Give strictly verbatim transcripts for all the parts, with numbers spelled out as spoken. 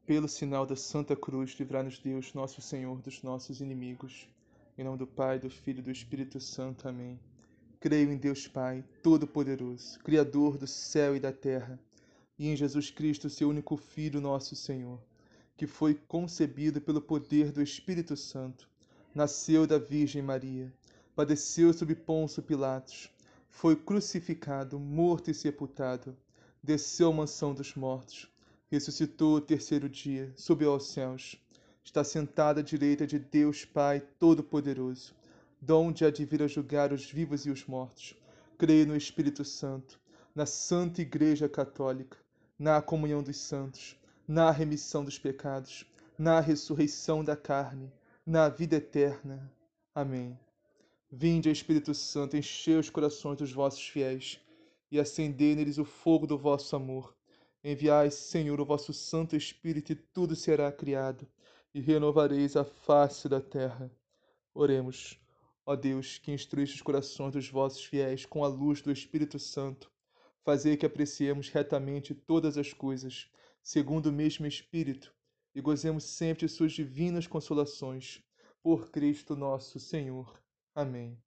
Pelo sinal da Santa Cruz, livrai-nos Deus, nosso Senhor, dos nossos inimigos. Em nome do Pai, do Filho e do Espírito Santo. Amém. Creio em Deus Pai, Todo-Poderoso, Criador do céu e da terra, e em Jesus Cristo, seu único Filho, nosso Senhor, que foi concebido pelo poder do Espírito Santo, nasceu da Virgem Maria, padeceu sob Pôncio Pilatos, foi crucificado, morto e sepultado, desceu à mansão dos mortos, ressuscitou o terceiro dia, subiu aos céus, está sentado à direita de Deus Pai Todo-Poderoso, donde há de vir a julgar os vivos e os mortos. Creio no Espírito Santo, na Santa Igreja Católica, na comunhão dos santos, na remissão dos pecados, na ressurreição da carne, na vida eterna. Amém. Vinde, Espírito Santo, enchei os corações dos vossos fiéis e acendei neles o fogo do vosso amor. Enviai, Senhor, o vosso Santo Espírito, e tudo será criado, e renovareis a face da terra. Oremos. Ó Deus, que instruíste os corações dos vossos fiéis com a luz do Espírito Santo, fazei que apreciemos retamente todas as coisas, segundo o mesmo Espírito, e gozemos sempre de suas divinas consolações. Por Cristo nosso Senhor. Amém.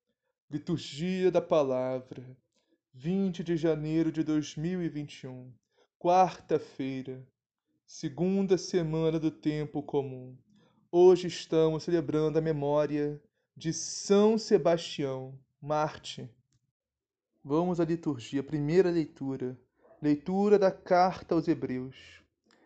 Liturgia da Palavra, vinte de janeiro de dois mil e vinte e um, quarta-feira, segunda semana do tempo comum. Hoje estamos celebrando a memória de São Sebastião, Mártir. Vamos à liturgia, primeira leitura, leitura da carta aos Hebreus.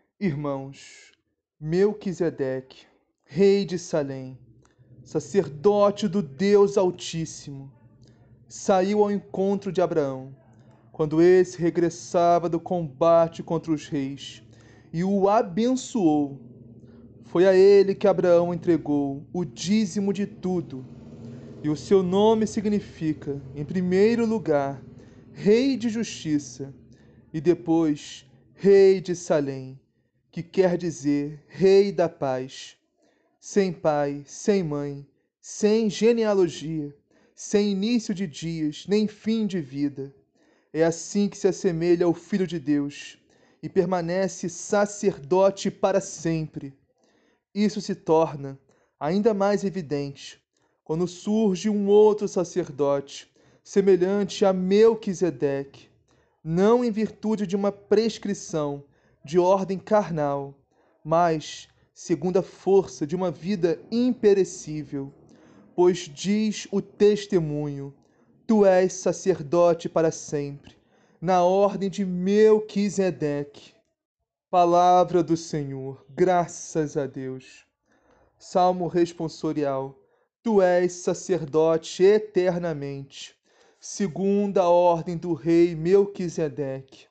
Irmãos, Melquisedeque, rei de Salém, sacerdote do Deus Altíssimo, saiu ao encontro de Abraão, quando esse regressava do combate contra os reis, e o abençoou. Foi a ele que Abraão entregou o dízimo de tudo, e o seu nome significa, em primeiro lugar, Rei de Justiça, e depois Rei de Salém, que quer dizer Rei da Paz. Sem pai, sem mãe, sem genealogia, sem início de dias, nem fim de vida. É assim que se assemelha ao Filho de Deus e permanece sacerdote para sempre. Isso se torna ainda mais evidente quando surge um outro sacerdote, semelhante a Melquisedeque, não em virtude de uma prescrição de ordem carnal, mas segundo a força de uma vida imperecível, pois diz o testemunho: tu és sacerdote para sempre, na ordem de Melquisedeque. Palavra do Senhor, graças a Deus. Salmo responsorial. Tu és sacerdote eternamente, segundo a ordem do rei Melquisedeque.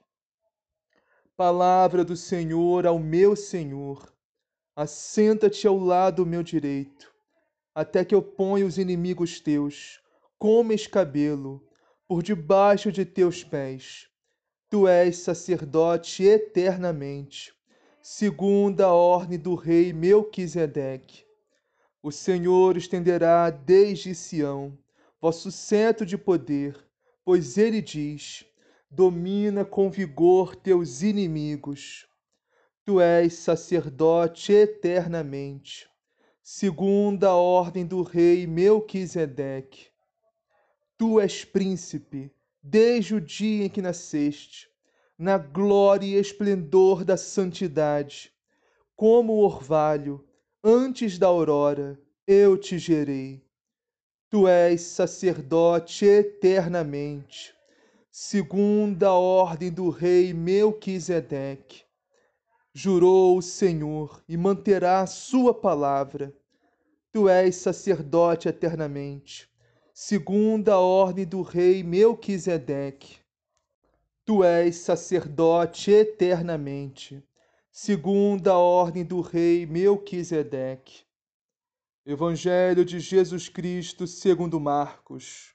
Palavra do Senhor ao meu Senhor. Assenta-te ao lado meu direito, até que eu ponha os inimigos teus, como escabelo, por debaixo de teus pés. Tu és sacerdote eternamente, segundo a ordem do rei Melquisedeque. O Senhor estenderá desde Sião vosso cetro de poder, pois ele diz: domina com vigor teus inimigos. Tu és sacerdote eternamente, segundo a ordem do rei Melquisedeque. Tu és príncipe, desde o dia em que nasceste, na glória e esplendor da santidade. Como o orvalho, antes da aurora, eu te gerei. Tu és sacerdote eternamente, segundo a ordem do rei Melquisedeque. Jurou o Senhor e manterá a sua palavra. Tu és sacerdote eternamente, segundo a ordem do rei Melquisedeque. Tu és sacerdote eternamente, segundo a ordem do rei Melquisedeque. Evangelho de Jesus Cristo segundo Marcos.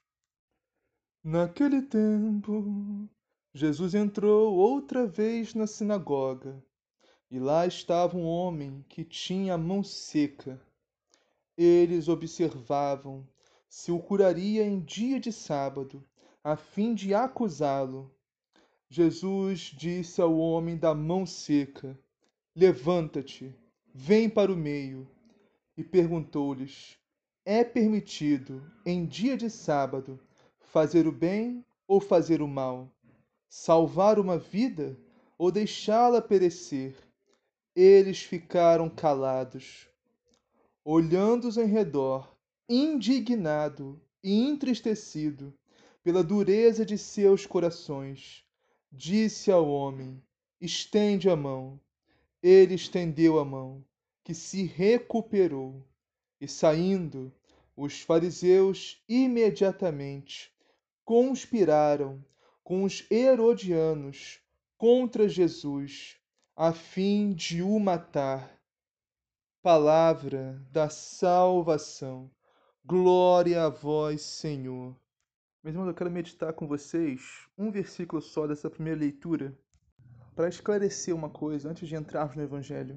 Naquele tempo, Jesus entrou outra vez na sinagoga, e lá estava um homem que tinha a mão seca. Eles observavam se o curaria em dia de sábado, a fim de acusá-lo. Jesus disse ao homem da mão seca: levanta-te, vem para o meio. E perguntou-lhes: é permitido, em dia de sábado, fazer o bem ou fazer o mal? Salvar uma vida ou deixá-la perecer? Eles ficaram calados, olhando-os em redor, indignado e entristecido pela dureza de seus corações. Disse ao homem: estende a mão. Ele estendeu a mão, que se recuperou. E saindo, os fariseus imediatamente conspiraram com os herodianos contra Jesus, a fim de o matar. Palavra da salvação. Glória a vós, Senhor. Meus irmãos, eu quero meditar com vocês um versículo só dessa primeira leitura para esclarecer uma coisa antes de entrarmos no Evangelho.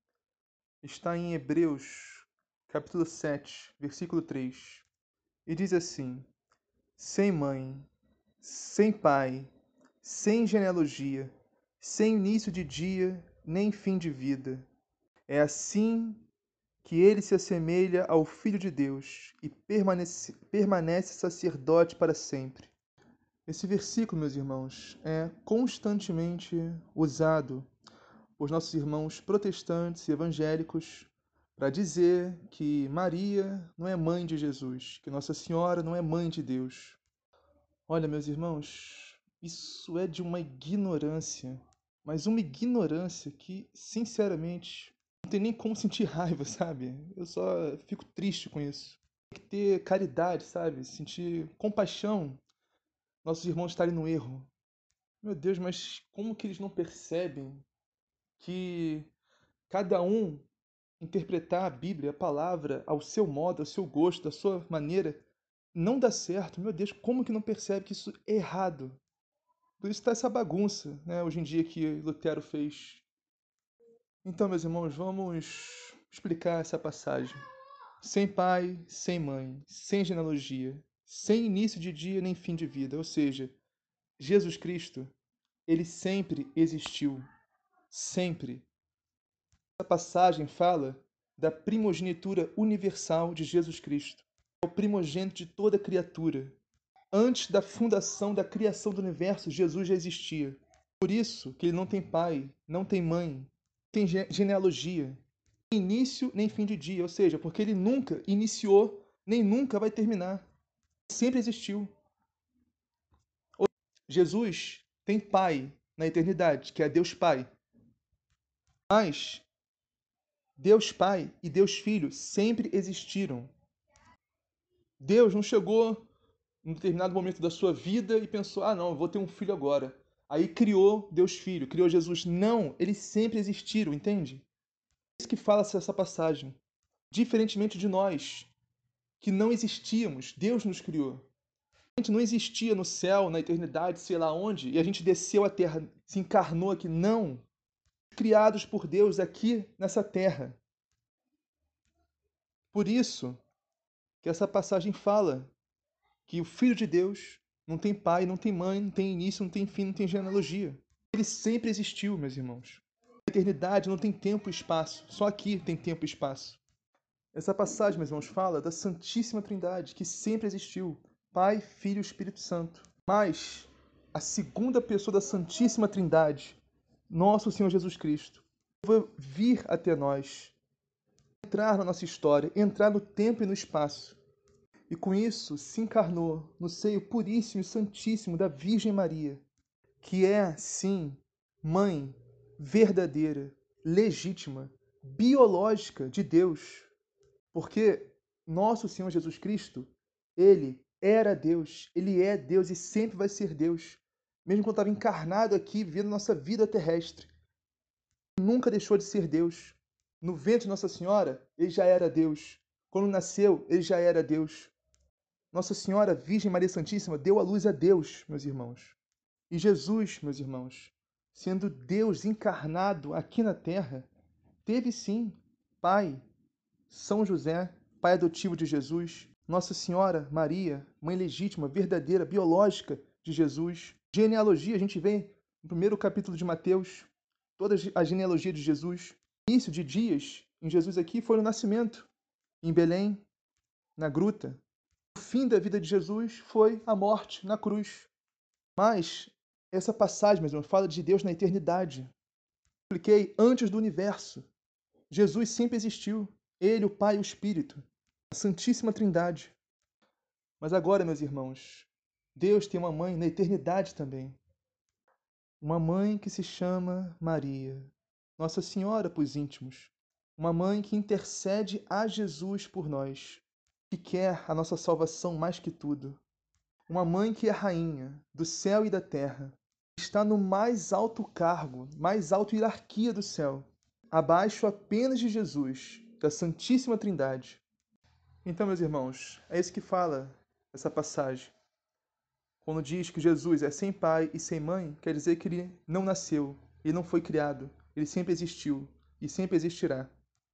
Está em Hebreus, capítulo sete, versículo três. E diz assim: sem mãe, sem pai, sem genealogia, sem início de dia, nem fim de vida. É assim que ele se assemelha ao Filho de Deus e permanece, permanece sacerdote para sempre. Esse versículo, meus irmãos, é constantemente usado por nossos irmãos protestantes e evangélicos para dizer que Maria não é mãe de Jesus, que Nossa Senhora não é mãe de Deus. Olha, meus irmãos, isso é de uma ignorância, mas uma ignorância que, sinceramente, não tem nem como sentir raiva, sabe? Eu só fico triste com isso. Tem que ter caridade, sabe? Sentir compaixão, nossos irmãos estarem no erro. Meu Deus, mas como que eles não percebem que cada um interpretar a Bíblia, a palavra, ao seu modo, ao seu gosto, da sua maneira, não dá certo? Meu Deus, como que não percebe que isso é errado? Por isso está essa bagunça, né, hoje em dia que Lutero fez. Então, meus irmãos, vamos explicar essa passagem. Sem pai, sem mãe, sem genealogia, sem início de dia nem fim de vida. Ou seja, Jesus Cristo, ele sempre existiu. Sempre. Essa passagem fala da primogenitura universal de Jesus Cristo. É o primogênito de toda criatura. Antes da fundação da criação do universo, Jesus já existia. Por isso que ele não tem pai, não tem mãe, não tem genealogia, nem início nem fim de dia. Ou seja, porque ele nunca iniciou, nem nunca vai terminar. Sempre existiu. Jesus tem pai na eternidade, que é Deus Pai. Mas Deus Pai e Deus Filho sempre existiram. Deus não chegou em determinado momento da sua vida e pensou, ah não, eu vou ter um filho agora. Aí criou Deus Filho, criou Jesus. Não, eles sempre existiram, entende? É isso que fala essa passagem. Diferentemente de nós, que não existíamos, Deus nos criou. A gente não existia no céu, na eternidade, sei lá onde, e a gente desceu à terra, se encarnou aqui. Não. Criados por Deus aqui nessa terra. Por isso que essa passagem fala que o Filho de Deus não tem pai, não tem mãe, não tem início, não tem fim, não tem genealogia. Ele sempre existiu, meus irmãos. A eternidade não tem tempo e espaço. Só aqui tem tempo e espaço. Essa passagem, meus irmãos, fala da Santíssima Trindade, que sempre existiu. Pai, Filho e Espírito Santo. Mas a segunda pessoa da Santíssima Trindade, nosso Senhor Jesus Cristo, vai vir até nós, entrar na nossa história, entrar no tempo e no espaço. E com isso se encarnou no seio puríssimo e santíssimo da Virgem Maria, que é, sim, mãe verdadeira, legítima, biológica de Deus. Porque nosso Senhor Jesus Cristo, ele era Deus, ele é Deus e sempre vai ser Deus. Mesmo quando estava encarnado aqui, vivendo nossa vida terrestre. Nunca deixou de ser Deus. No ventre de Nossa Senhora, ele já era Deus. Quando nasceu, ele já era Deus. Nossa Senhora Virgem Maria Santíssima deu à luz a Deus, meus irmãos. E Jesus, meus irmãos, sendo Deus encarnado aqui na terra, teve sim pai, São José, pai adotivo de Jesus, Nossa Senhora Maria, mãe legítima, verdadeira, biológica de Jesus. Genealogia, a gente vê no primeiro capítulo de Mateus, toda a genealogia de Jesus. O início de dias em Jesus aqui foi no nascimento, em Belém, na gruta. O fim da vida de Jesus foi a morte na cruz. Mas essa passagem, meus irmãos, fala de Deus na eternidade. Expliquei antes do universo. Jesus sempre existiu. Ele, o Pai e o Espírito. A Santíssima Trindade. Mas agora, meus irmãos, Deus tem uma mãe na eternidade também. Uma mãe que se chama Maria. Nossa Senhora para os íntimos. Uma mãe que intercede a Jesus por nós. Que quer a nossa salvação mais que tudo. Uma mãe que é rainha do céu e da terra. Está no mais alto cargo, mais alta hierarquia do céu, abaixo apenas de Jesus, da Santíssima Trindade. Então, meus irmãos, é isso que fala essa passagem. Quando diz que Jesus é sem pai e sem mãe, quer dizer que ele não nasceu, ele não foi criado, ele sempre existiu e sempre existirá.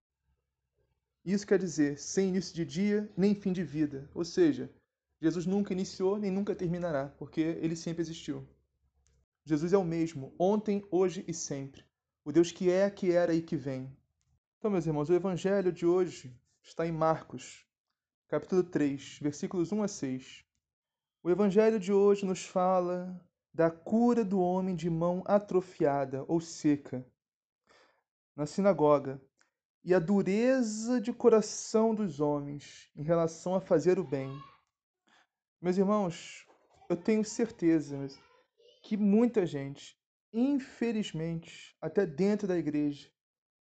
Isso quer dizer sem início de dia nem fim de vida, ou seja, Jesus nunca iniciou nem nunca terminará, porque ele sempre existiu. Jesus é o mesmo, ontem, hoje e sempre. O Deus que é, que era e que vem. Então, meus irmãos, o evangelho de hoje está em Marcos, capítulo três, versículos um a seis. O evangelho de hoje nos fala da cura do homem de mão atrofiada ou seca na sinagoga e a dureza de coração dos homens em relação a fazer o bem. Meus irmãos, eu tenho certeza que muita gente, infelizmente, até dentro da igreja,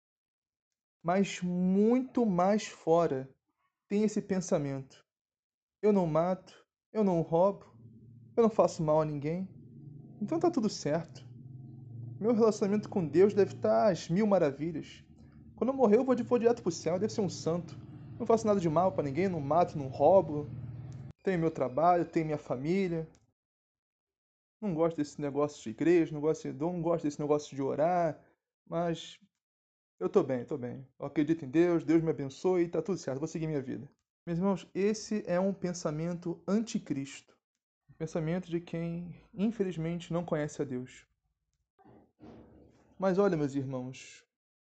mas muito mais fora, tem esse pensamento. Eu não mato, eu não roubo, eu não faço mal a ninguém, então tá tudo certo. Meu relacionamento com Deus deve estar às mil maravilhas. Quando eu morrer, eu vou, vou direto pro céu, eu devo ser um santo. Não faço nada de mal para ninguém, não mato, não roubo. Tenho meu trabalho, tenho minha família. Não gosto desse negócio de igreja, não gosto, não gosto desse negócio de orar, mas eu tô bem, tô bem. Eu acredito em Deus, Deus me abençoe, tá tudo certo, vou seguir minha vida. Meus irmãos, esse é um pensamento anticristo. Um pensamento de quem, infelizmente, não conhece a Deus. Mas olha, meus irmãos,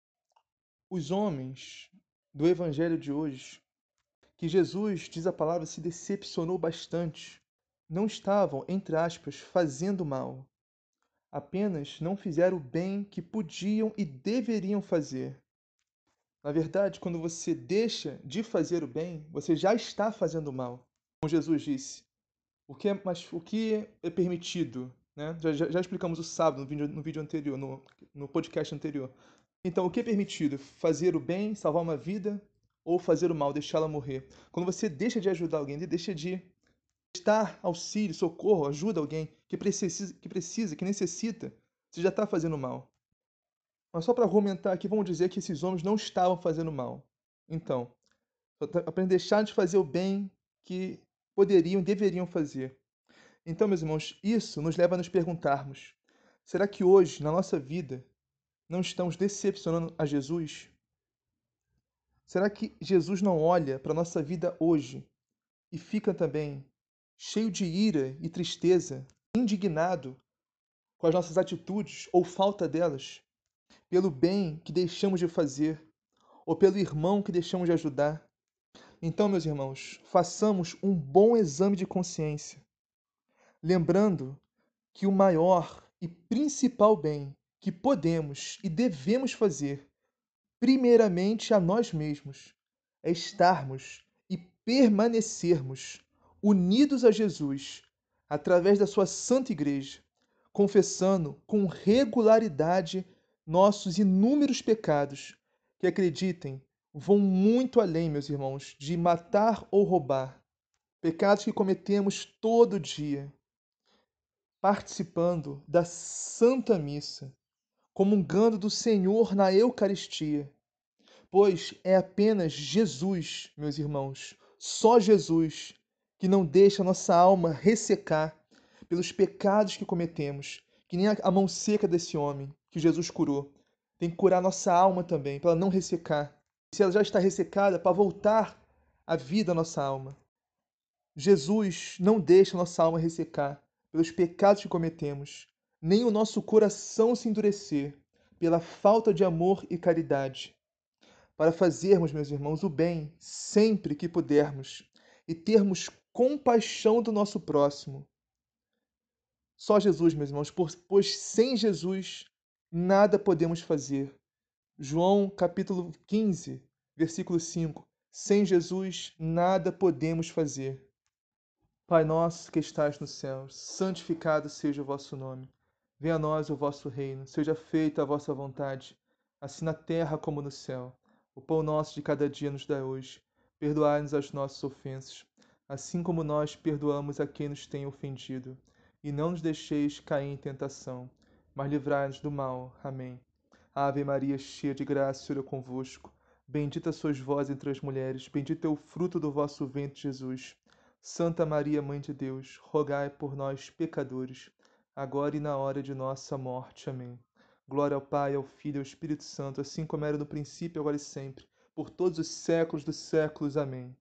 os homens do evangelho de hoje, que Jesus, diz a palavra, se decepcionou bastante, não estavam, entre aspas, fazendo mal. Apenas não fizeram o bem que podiam e deveriam fazer. Na verdade, quando você deixa de fazer o bem, você já está fazendo mal. Como Jesus disse, o que é, mas o que é permitido, né? Já, já, já explicamos o sábado no vídeo, no vídeo anterior, no, no podcast anterior. Então, o que é permitido? Fazer o bem, salvar uma vida, ou fazer o mal, deixá-la morrer. Quando você deixa de ajudar alguém, deixa de prestar auxílio, socorro, ajuda alguém que precisa, que, precisa, que necessita, você já está fazendo mal. Mas só para argumentar aqui, vamos dizer que esses homens não estavam fazendo mal. Então, para deixar de fazer o bem que poderiam e deveriam fazer. Então, meus irmãos, isso nos leva a nos perguntarmos: será que hoje, na nossa vida, não estamos decepcionando a Jesus? Será que Jesus não olha para a nossa vida hoje e fica também cheio de ira e tristeza, indignado com as nossas atitudes ou falta delas, pelo bem que deixamos de fazer ou pelo irmão que deixamos de ajudar? Então, meus irmãos, façamos um bom exame de consciência, lembrando que o maior e principal bem que podemos e devemos fazer, primeiramente a nós mesmos, é estarmos e permanecermos unidos a Jesus através da sua Santa Igreja, confessando com regularidade nossos inúmeros pecados, que, acreditem, vão muito além, meus irmãos, de matar ou roubar. Pecados que cometemos todo dia, participando da Santa Missa, comungando do Senhor na Eucaristia, pois é apenas Jesus, meus irmãos, só Jesus, que não deixa nossa alma ressecar pelos pecados que cometemos, que nem a mão seca desse homem que Jesus curou. Tem que curar nossa alma também, para ela não ressecar. Se ela já está ressecada, para voltar à vida a nossa alma. Jesus não deixa nossa alma ressecar pelos pecados que cometemos, nem o nosso coração se endurecer, pela falta de amor e caridade, para fazermos, meus irmãos, o bem sempre que pudermos e termos compaixão do nosso próximo. Só Jesus, meus irmãos, pois sem Jesus nada podemos fazer. João capítulo quinze, versículo cinco. Sem Jesus nada podemos fazer. Pai nosso que estais no céu, santificado seja o vosso nome. Venha a nós o vosso reino, seja feita a vossa vontade, assim na terra como no céu. O pão nosso de cada dia nos dai hoje. Perdoai-nos as nossas ofensas, assim como nós perdoamos a quem nos tem ofendido. E não nos deixeis cair em tentação, mas livrai-nos do mal. Amém. Ave Maria, cheia de graça, o Senhor é convosco. Bendita sois vós entre as mulheres, bendito é o fruto do vosso ventre, Jesus. Santa Maria, Mãe de Deus, rogai por nós, pecadores, agora e na hora de nossa morte. Amém. Glória ao Pai, ao Filho e ao Espírito Santo, assim como era no princípio, agora e sempre, por todos os séculos dos séculos. Amém.